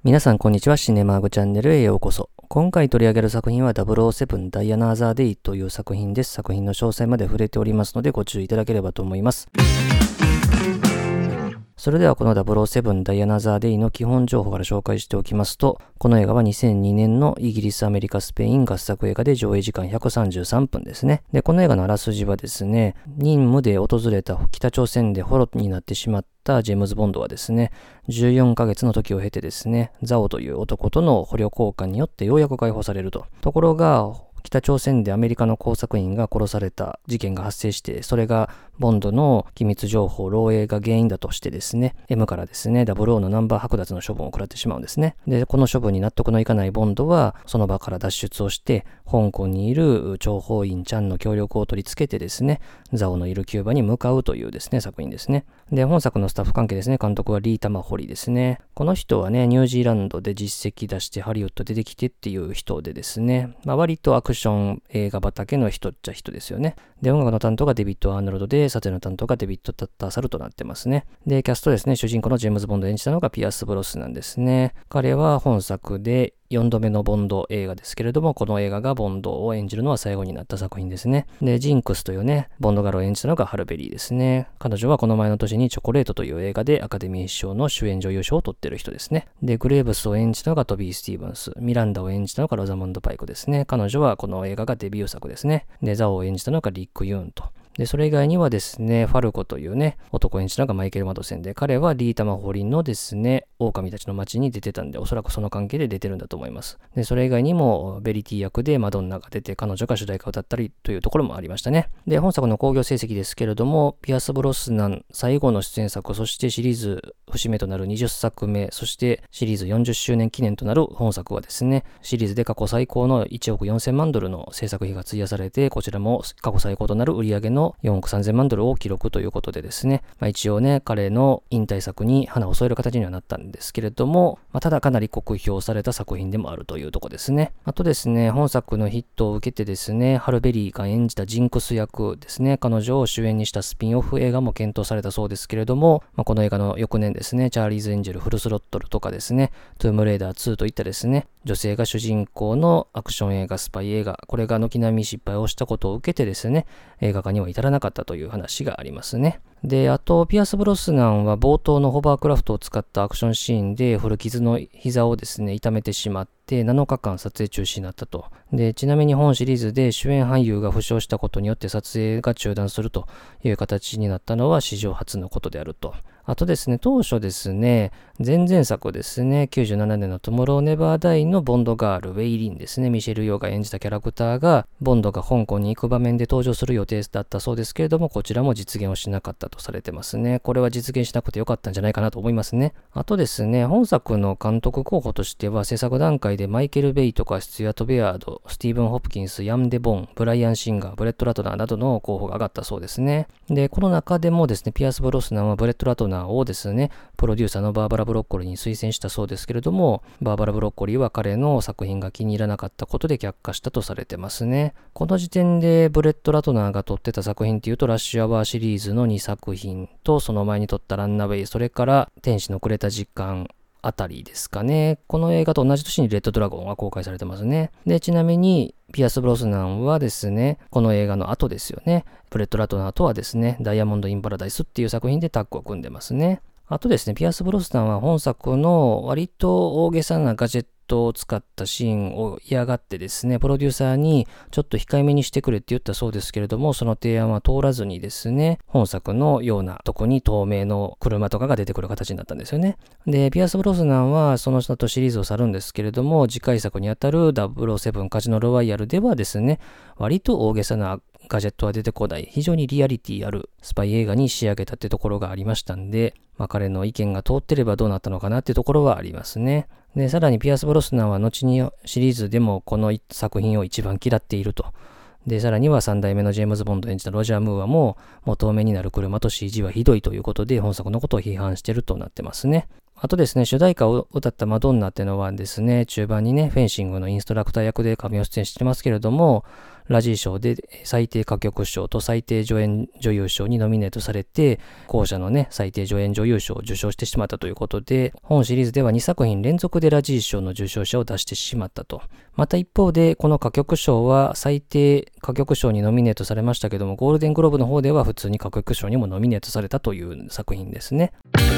皆さんこんにちは。シネマーグチャンネルへようこそ。今回取り上げる作品は007ダイアナーザーデイという作品です。作品の詳細まで触れておりますのでご注意いただければと思います。それではこの007ダイアナーザーデイの基本情報から紹介しておきますと、この映画は2002年のイギリス、アメリカ、スペイン合作映画で上映時間133分ですね。で、この映画のあらすじはですね、任務で訪れた北朝鮮で捕虜になってしまったジェームズ・ボンドはですね、14ヶ月の時を経てですね、ザオという男との捕虜交換によってようやく解放されると。ところが、北朝鮮でアメリカの工作員が殺された事件が発生して、それがボンドの機密情報漏洩が原因だとしてですね、M からですね、00のナンバー剥奪の処分を食らってしまうんですね。で、この処分に納得のいかないボンドは、その場から脱出をして、香港にいる諜報員ちゃんの協力を取り付けてですね、ザオのいるキューバに向かうというですね、作品ですね。で、本作のスタッフ関係ですね、監督はリー・タマホリですね。この人はね、ニュージーランドで実績出してハリウッド出てきてっていう人でですね、割とアクション映画畑の人っちゃ人ですよね。で、音楽の担当がデビッド・アーノルドで、撮影の担当がデビッド・タッターサルとなってますね。で、キャストですね、主人公のジェームズ・ボンドを演じたのがピアス・ブロスなんですね。彼は本作で4度目のボンド映画ですけれども、この映画がボンドを演じるのは最後になった作品ですね。で、ジンクスというね、ボンドガルを演じたのがハルベリーですね。彼女はこの前の年にチョコレートという映画でアカデミー賞の主演女優賞を取ってる人ですね。で、グレーブスを演じたのがトビー・スティーブンス。ミランダを演じたのがロザモンド・パイクですね。彼女はこの映画がデビュー作ですね。で、ザオを演じたのがリック・ユーンと。で、それ以外にはですね、ファルコというね、男を演じたのがマイケル・マドセンで、彼はリー・タマホリンのですね、狼たちの街に出てたんで、おそらくその関係で出てるんだと思います。で、それ以外にも、ベリティ役でマドンナが出て、彼女が主題歌を歌ったりというところもありましたね。で、本作の興行成績ですけれども、ピアス・ブロスナン最後の出演作、そしてシリーズ節目となる20作目、そしてシリーズ40周年記念となる本作はですね、シリーズで過去最高の1億4000万ドルの制作費が費やされて、こちらも過去最高となる売上の4億3000万ドルを記録ということでですね、一応ね、彼の引退作に花を添える形にはなったんですけれども、ただかなり酷評された作品でもあるというところですね。あとですね、本作のヒットを受けてですね、ハルベリーが演じたジンクス役ですね、彼女を主演にしたスピンオフ映画も検討されたそうですけれども、この映画の翌年ですね、チャーリーズ・エンジェル・フルスロットルとかですね、トゥームレイダー2といったですね、女性が主人公のアクション映画、スパイ映画、これが軒並み失敗をしたことを受けてですね、映画化には至らなかったという話がありますね。で、あと、ピアス・ブロスナンは冒頭のホバークラフトを使ったアクションシーンで古傷の膝をですね、痛めてしまって7日間撮影中止になったと。で、ちなみに本シリーズで主演俳優が負傷したことによって撮影が中断するという形になったのは史上初のことであると。あとですね、当初ですね、前々作ですね、97年のトゥモローネバーダイのボンドガール、ウェイリンですね、ミシェル・ヨーが演じたキャラクターが、ボンドが香港に行く場面で登場する予定だったそうですけれども、こちらも実現をしなかったとされてますね。これは実現しなくてよかったんじゃないかなと思いますね。あとですね、本作の監督候補としては、制作段階でマイケル・ベイとかスチュアート・ベアード、スティーブン・ホプキンス、ヤン・デ・ボン、ブライアン・シンガー、ブレッド・ラトナーなどの候補が上がったそうですね。で、この中でもですね、ピアス・ブロスナンはブレッド・ラトナーをですね、プロデューサーのバーバラ・ブロッコリーに推薦したそうですけれども、バーバラ・ブロッコリーは彼の作品が気に入らなかったことで却下したとされてますね。この時点でブレッド・ラトナーが撮ってた作品っていうと、ラッシュアワーシリーズの2作品と、その前に撮ったランナウェイ、それから天使のくれた時間あたりですかね。この映画と同じ年にレッドドラゴンが公開されてますね。で、ちなみに、ピアス・ブロスナンはですね、この映画の後ですよね。ブレッド・ラトナーとはですね、ダイヤモンド・イン・パラダイスっていう作品でタッグを組んでますね。あとですね、ピアス・ブロスナンは本作の割と大げさなガジェットを使ったシーンを嫌がってですね、プロデューサーにちょっと控えめにしてくれって言ったそうですけれども、その提案は通らずにですね、本作のような特に透明の車とかが出てくる形になったんですよね。で、ピアス・ブロスナンはその後シリーズを去るんですけれども、次回作にあたる007カジノ・ロワイヤルではですね、割と大げさなガジェットは出てこない、非常にリアリティあるスパイ映画に仕上げたってところがありましたんで、彼の意見が通ってればどうなったのかなってところはありますね。で、さらにピアス・ブロスナンは後にシリーズでもこの作品を一番嫌っていると。で、さらには3代目のジェームズ・ボンドを演じたロジャー・ムーアも、もう透明になる車と CG はひどいということで、本作のことを批判しているとなってますね。 あとですね、主題歌を歌ったマドンナっていうのはですね、中盤にね、フェンシングのインストラクター役で神尾出演してますけれども、ラジー賞で最低歌曲賞と最低助演女優賞にノミネートされて、後者のね、最低助演女優賞を受賞してしまったということで、本シリーズでは2作品連続でラジー賞の受賞者を出してしまったと。また一方で、この歌曲賞は最低歌曲賞にノミネートされましたけども、ゴールデングローブの方では普通に歌曲賞にもノミネートされたという作品ですね。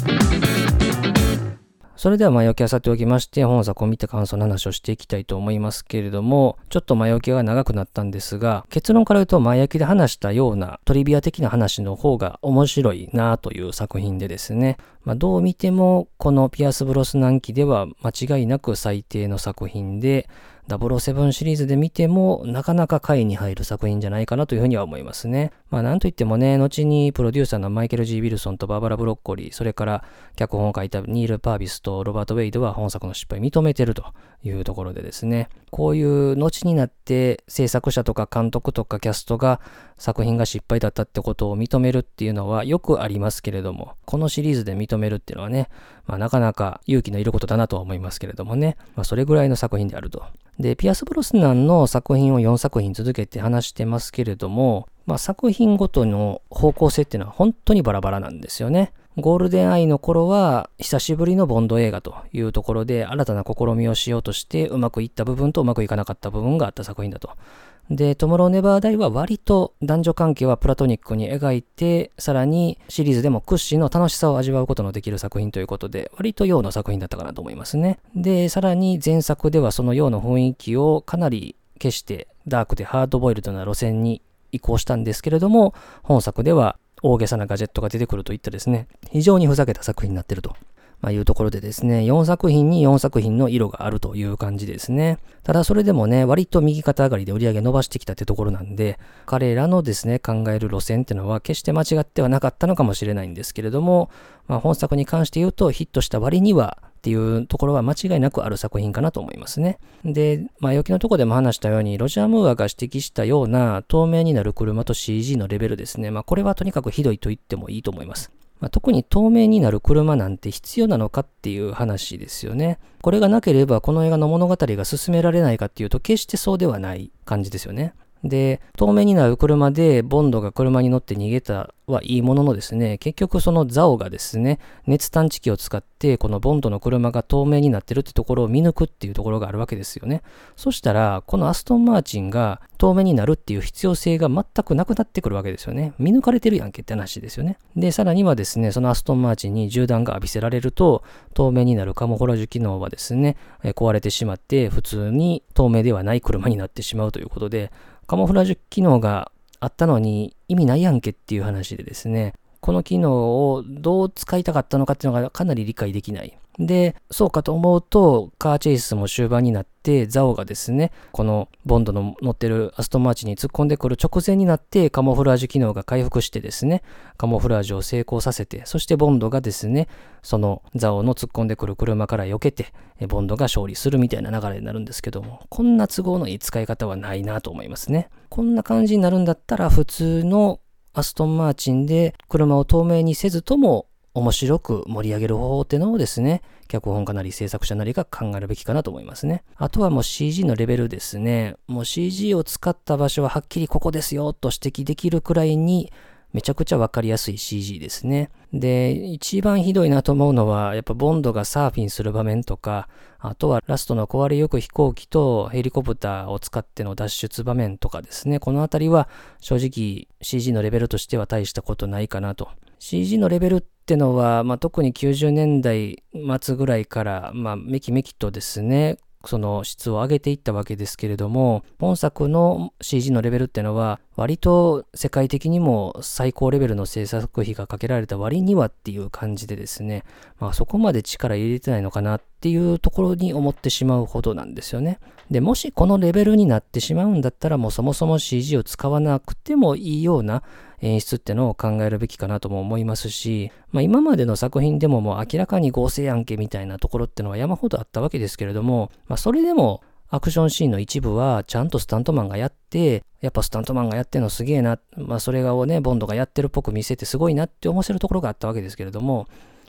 それでは前置きはさておきまして、本作を見て感想の話をしていきたいと思いますけれども、ちょっと前置きが長くなったんですが、結論から言うと前置きで話したようなトリビア的な話の方が面白いなという作品でですね、どう見てもこのピアス・ブロスナン期では間違いなく最低の作品で、007シリーズで見てもなかなか下位に入る作品じゃないかなというふうには思いますね。なんといってもね、後にプロデューサーのマイケル・ G. ウィルソンとバーバラ・ブロッコリー、それから脚本を書いたニール・パービスとロバート・ウェイドは本作の失敗を認めてるというところでですね、こういう後になって制作者とか監督とかキャストが作品が失敗だったってことを認めるっていうのはよくありますけれども、このシリーズで認めるっていうのはね、なかなか勇気のいることだなとは思いますけれどもね、それぐらいの作品であると。で、ピアス・ブロスナンの作品を4作品続けて話してますけれども、作品ごとの方向性っていうのは本当にバラバラなんですよね。ゴールデンアイの頃は久しぶりのボンド映画というところで新たな試みをしようとしてうまくいった部分とうまくいかなかった部分があった作品だと。で、トゥモローネバーダイは割と男女関係はプラトニックに描いて、さらにシリーズでも屈指の楽しさを味わうことのできる作品ということで、割と洋の作品だったかなと思いますね。で、さらに前作ではその洋の雰囲気をかなり消してダークでハードボイルドな路線に移行したんですけれども、本作では大げさなガジェットが出てくるといったですね、非常にふざけた作品になっていると。いうところでですね、4作品に4作品の色があるという感じですね。ただそれでもね、割と右肩上がりで売り上げ伸ばしてきたってところなんで、彼らのですね、考える路線っていうのは決して間違ってはなかったのかもしれないんですけれども、本作に関して言うとヒットした割にはっていうところは間違いなくある作品かなと思いますね。で、前置きのところでも話したように、ロジャー・ムーアが指摘したような透明になる車と CG のレベルですね。これはとにかくひどいと言ってもいいと思います。特に透明になる車なんて必要なのかっていう話ですよね。これがなければこの映画の物語が進められないかっていうと決してそうではない感じですよね。で、透明になる車でボンドが車に乗って逃げたはいいもののですね、結局そのザオがですね、熱探知機を使ってこのボンドの車が透明になってるってところを見抜くっていうところがあるわけですよね。そしたら、このアストンマーチンが透明になるっていう必要性が全くなくなってくるわけですよね。見抜かれてるやんけって話ですよね。で、さらにはですね、そのアストンマーチンに銃弾が浴びせられると、透明になるカモフラージュ機能はですね、壊れてしまって、普通に透明ではない車になってしまうということで、カモフラージュ機能があったのに意味ないやんけっていう話でですね、この機能をどう使いたかったのかっていうのがかなり理解できない。で、そうかと思うと、カーチェイスも終盤になって、ザオがですね、このボンドの乗ってるアストンマーチンに突っ込んでくる直前になって、カモフラージュ機能が回復してですね、カモフラージュを成功させて、そしてボンドがですね、そのザオの突っ込んでくる車から避けて、ボンドが勝利するみたいな流れになるんですけども、こんな都合のいい使い方はないなと思いますね。こんな感じになるんだったら、普通のアストンマーチンで車を透明にせずとも面白く盛り上げる方法っていうのをですね、脚本家なり制作者なりが考えるべきかなと思いますね。あとはもう CG のレベルですね。もう CG を使った場所ははっきりここですよと指摘できるくらいにめちゃくちゃわかりやすい CG ですね。で、一番ひどいなと思うのは、やっぱボンドがサーフィンする場面とか、あとはラストの壊れゆく飛行機とヘリコプターを使っての脱出場面とかですね。このあたりは正直 CG のレベルとしては大したことないかなと。CG のレベルってのは、特に90年代末ぐらいから、めきめきとですね、その質を上げていったわけですけれども、本作の CG のレベルってのは割と世界的にも最高レベルの制作費がかけられた割にはっていう感じでですね、そこまで力入れてないのかなっていうところに思ってしまうほどなんですよね。で、もしこのレベルになってしまうんだったらもうそもそも CG を使わなくてもいいような演出ってのを考えるべきかなとも思いますし、今までの作品でももう明らかに合成案件みたいなところってのは山ほどあったわけですけれども、それでもアクションシーンの一部はちゃんとスタントマンがやって、やっぱスタントマンがやってるのすげえな、それをね、ボンドがやってるっぽく見せてすごいなって思わせるところがあったわけですけれども、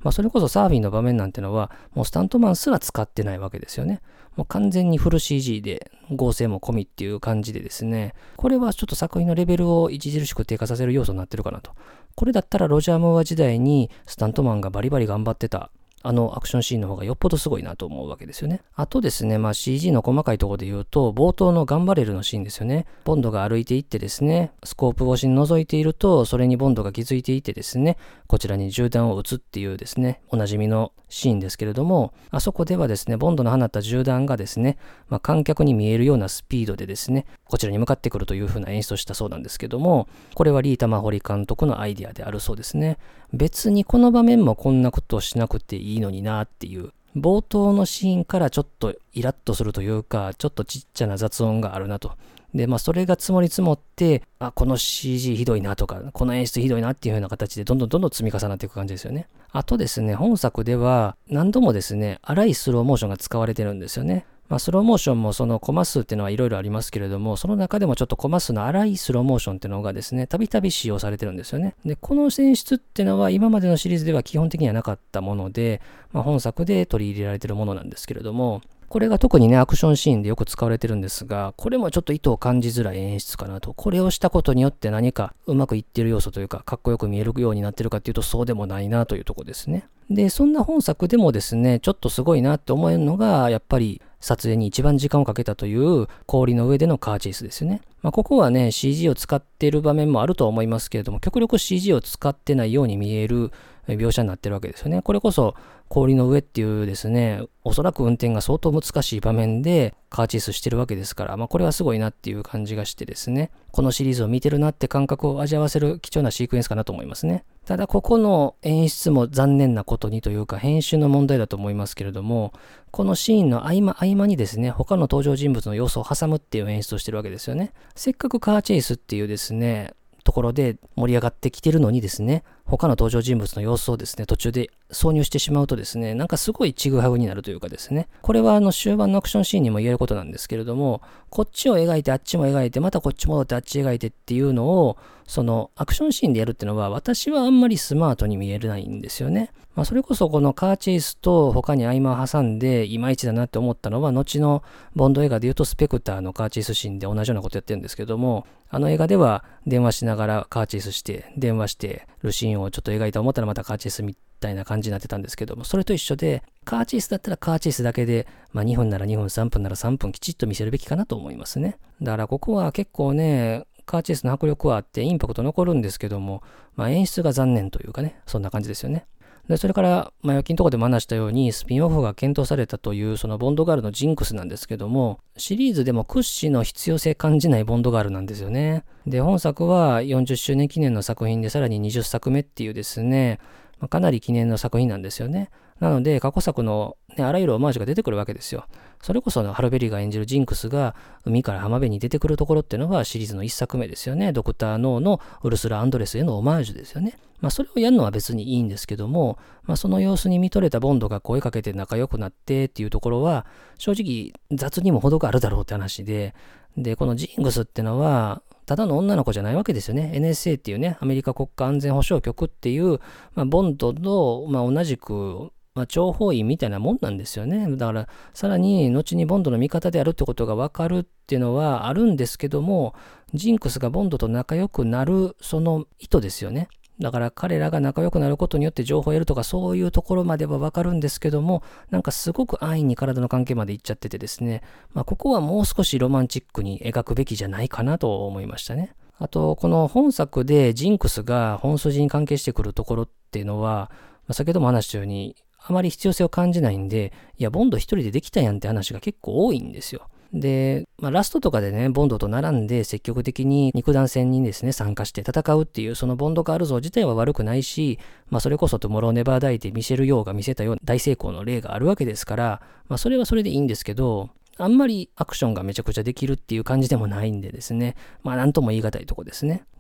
それこそサーフィンの場面なんてのは、もうスタントマンすら使ってないわけですよね。もう完全にフル CG で合成も込みっていう感じでですね、これはちょっと作品のレベルを著しく低下させる要素になってるかなと。これだったらロジャー・ムーア時代にスタントマンがバリバリ頑張ってたアクションシーンの方がよっぽどすごいなと思うわけですよね。あとですね、CG の細かいところで言うと、冒頭のガンバレルのシーンですよね。ボンドが歩いていってですね、スコープ越しに覗いていると、それにボンドが気づいていてですね、こちらに銃弾を撃つっていうですね、おなじみのシーンですけれども、あそこではですね、ボンドの放った銃弾がですね、観客に見えるようなスピードでですね、こちらに向かってくるという風な演出をしたそうなんですけども、これはリー・タマホリ監督のアイディアであるそうですね。別にこの場面もこんなことをしなくていいのになっていう、冒頭のシーンからちょっとイラッとするというか、ちょっとちっちゃな雑音があるなと。で、それが積もり積もって、この CG ひどいなとか、この演出ひどいなっていう風な形でどんどん積み重なっていく感じですよね。あとですね、本作では何度もですね、荒いスローモーションが使われてるんですよね。スローモーションもそのコマ数っていうのはいろいろありますけれども、その中でもちょっとコマ数の荒いスローモーションっていうのがですね、たびたび使用されてるんですよね。で、この演出っていうのは今までのシリーズでは基本的にはなかったもので、本作で取り入れられてるものなんですけれども、これが特にね、アクションシーンでよく使われてるんですが、これもちょっと意図を感じづらい演出かなと。これをしたことによって何かうまくいってる要素というか、かっこよく見えるようになってるかっていうとそうでもないなというところですね。で、そんな本作でもですね、ちょっとすごいなって思えるのが、やっぱり撮影に一番時間をかけたという氷の上でのカーチェイスですよね。ここはね、CG を使っている場面もあるとは思いますけれども、極力 CG を使ってないように見える描写になってるわけですよね。これこそ氷の上っていうですね、おそらく運転が相当難しい場面でカーチェイスしてるわけですから、これはすごいなっていう感じがしてですね、このシリーズを見てるなって感覚を味わわせる貴重なシークエンスかなと思いますね。ただここの演出も残念なことにというか編集の問題だと思いますけれども、このシーンの合間にですね、他の登場人物の要素を挟むっていう演出をしてるわけですよね。せっかくカーチェイスっていうですね、ところで盛り上がってきてるのにですね、他の登場人物の様子をですね、途中で挿入してしまうとですね、なんかすごいちぐはぐになるというかですね、これは終盤のアクションシーンにも言えることなんですけれども、こっちを描いてあっちも描いて、またこっち戻ってあっち描いてっていうのを、そのアクションシーンでやるっていうのは私はあんまりスマートに見えないんですよね。それこそこのカーチェイスと他に合間を挟んでいまいちだなって思ったのは、後のボンド映画で言うとスペクターのカーチェイスシーンで同じようなことやってるんですけども、あの映画では電話しながらカーチェイスして電話してるシーンをちょっと描いた思ったらまたカーチェイスみたいな感じになってたんですけども、それと一緒でカーチェイスだったらカーチェイスだけで、2分なら2分3分なら3分きちっと見せるべきかなと思いますね。だからここは結構ね、カーチェイスの迫力はあってインパクト残るんですけども、演出が残念というかね、そんな感じですよね。で、それから、前置きのところでも話したように、スピンオフが検討されたという、そのボンドガールのジンクスなんですけども、シリーズでも屈指の必要性感じないボンドガールなんですよね。で、本作は40周年記念の作品で、さらに20作目っていうですね、かなり記念の作品なんですよね。なので、過去作の、あらゆるオマージュが出てくるわけですよ。それこそハルベリーが演じるジンクスが海から浜辺に出てくるところっていうのはシリーズの1作目ですよね。ドクター・ノーのウルスラ・アンドレスへのオマージュですよね。それをやるのは別にいいんですけども、その様子に見とれたボンドが声かけて仲良くなってっていうところは、正直雑にも程があるだろうって話で、このジンクスってのは、ただの女の子じゃないわけですよね。NSA っていうね、アメリカ国家安全保障局っていう、ボンドと、同じく、諜報員みたいなもんなんですよね。だから、さらに、後にボンドの味方であるってことがわかるっていうのはあるんですけども、ジンクスがボンドと仲良くなる、その意図ですよね。だから彼らが仲良くなることによって情報を得るとかそういうところまではわかるんですけども、なんかすごく安易に体の関係までいっちゃっててですね、ここはもう少しロマンチックに描くべきじゃないかなと思いましたね。あと、この本作でジンクスが本筋に関係してくるところっていうのは、先ほども話したように、あまり必要性を感じないんで、いや、ボンド一人でできたやんって話が結構多いんですよ。で、ラストとかでね、ボンドと並んで積極的に肉弾戦にですね、参加して戦うっていう、そのボンドガール像自体は悪くないし、それこそトゥモローネバーダイでミシェル・ヨーが見せたような大成功の例があるわけですから、それはそれでいいんですけど、あんまりアクションがめちゃくちゃできるっていう感じでもないんでですね、なんとも言い難いとこですね。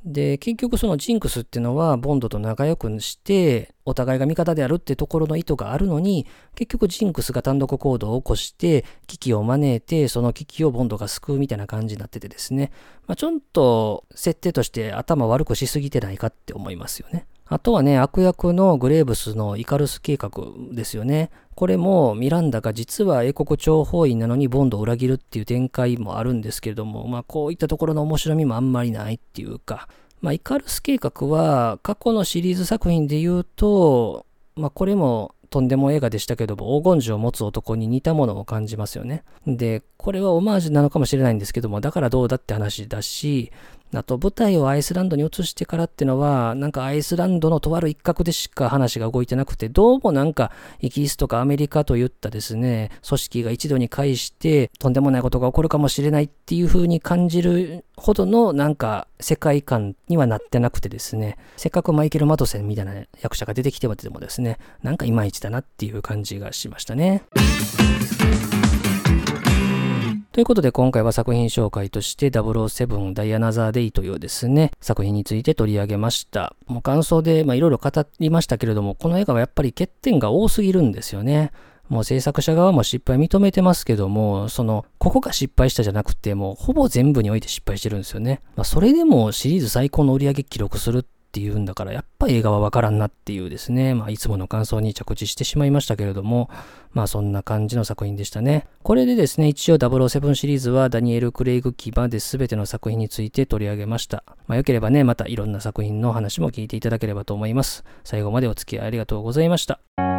で、結局そのジンクスっていうのはボンドと仲良くして、お互いが味方であるってところの意図があるのに、結局ジンクスが単独行動を起こして、危機を招いて、その危機をボンドが救うみたいな感じになっててですね。ちょっと設定として頭悪くしすぎてないかって思いますよね。あとはね、悪役のグレーブスのイカルス計画ですよね。これもミランダが実は英国諜報員なのにボンドを裏切るっていう展開もあるんですけれども、こういったところの面白みもあんまりないっていうか、イカルス計画は過去のシリーズ作品で言うと、これもとんでも映画でしたけども、黄金樹を持つ男に似たものを感じますよね。で、これはオマージュなのかもしれないんですけども、だからどうだって話だし、あと舞台をアイスランドに移してからってのは、なんかアイスランドのとある一角でしか話が動いてなくて、どうもなんかイギリスとかアメリカといったですね、組織が一度に介してとんでもないことが起こるかもしれないっていう風に感じるほどのなんか世界観にはなってなくてですね、せっかくマイケル・マドセンみたいな役者が出てきてもですね、なんかいまいちだなっていう感じがしましたね。ということで今回は作品紹介として007ダイアナザーデイというですね、作品について取り上げました。もう感想でいろいろ語りましたけれども、この映画はやっぱり欠点が多すぎるんですよね。もう制作者側も失敗認めてますけども、ここが失敗したじゃなくて、もうほぼ全部において失敗してるんですよね。それでもシリーズ最高の売り上げ記録するっていうんだから、やっぱ映画はわからんなっていうですね、いつもの感想に着地してしまいましたけれども、そんな感じの作品でしたね。これでですね、一応007シリーズはダニエル・クレイグ基盤で全ての作品について取り上げました。よければね、またいろんな作品の話も聞いていただければと思います。最後までお付き合いありがとうございました。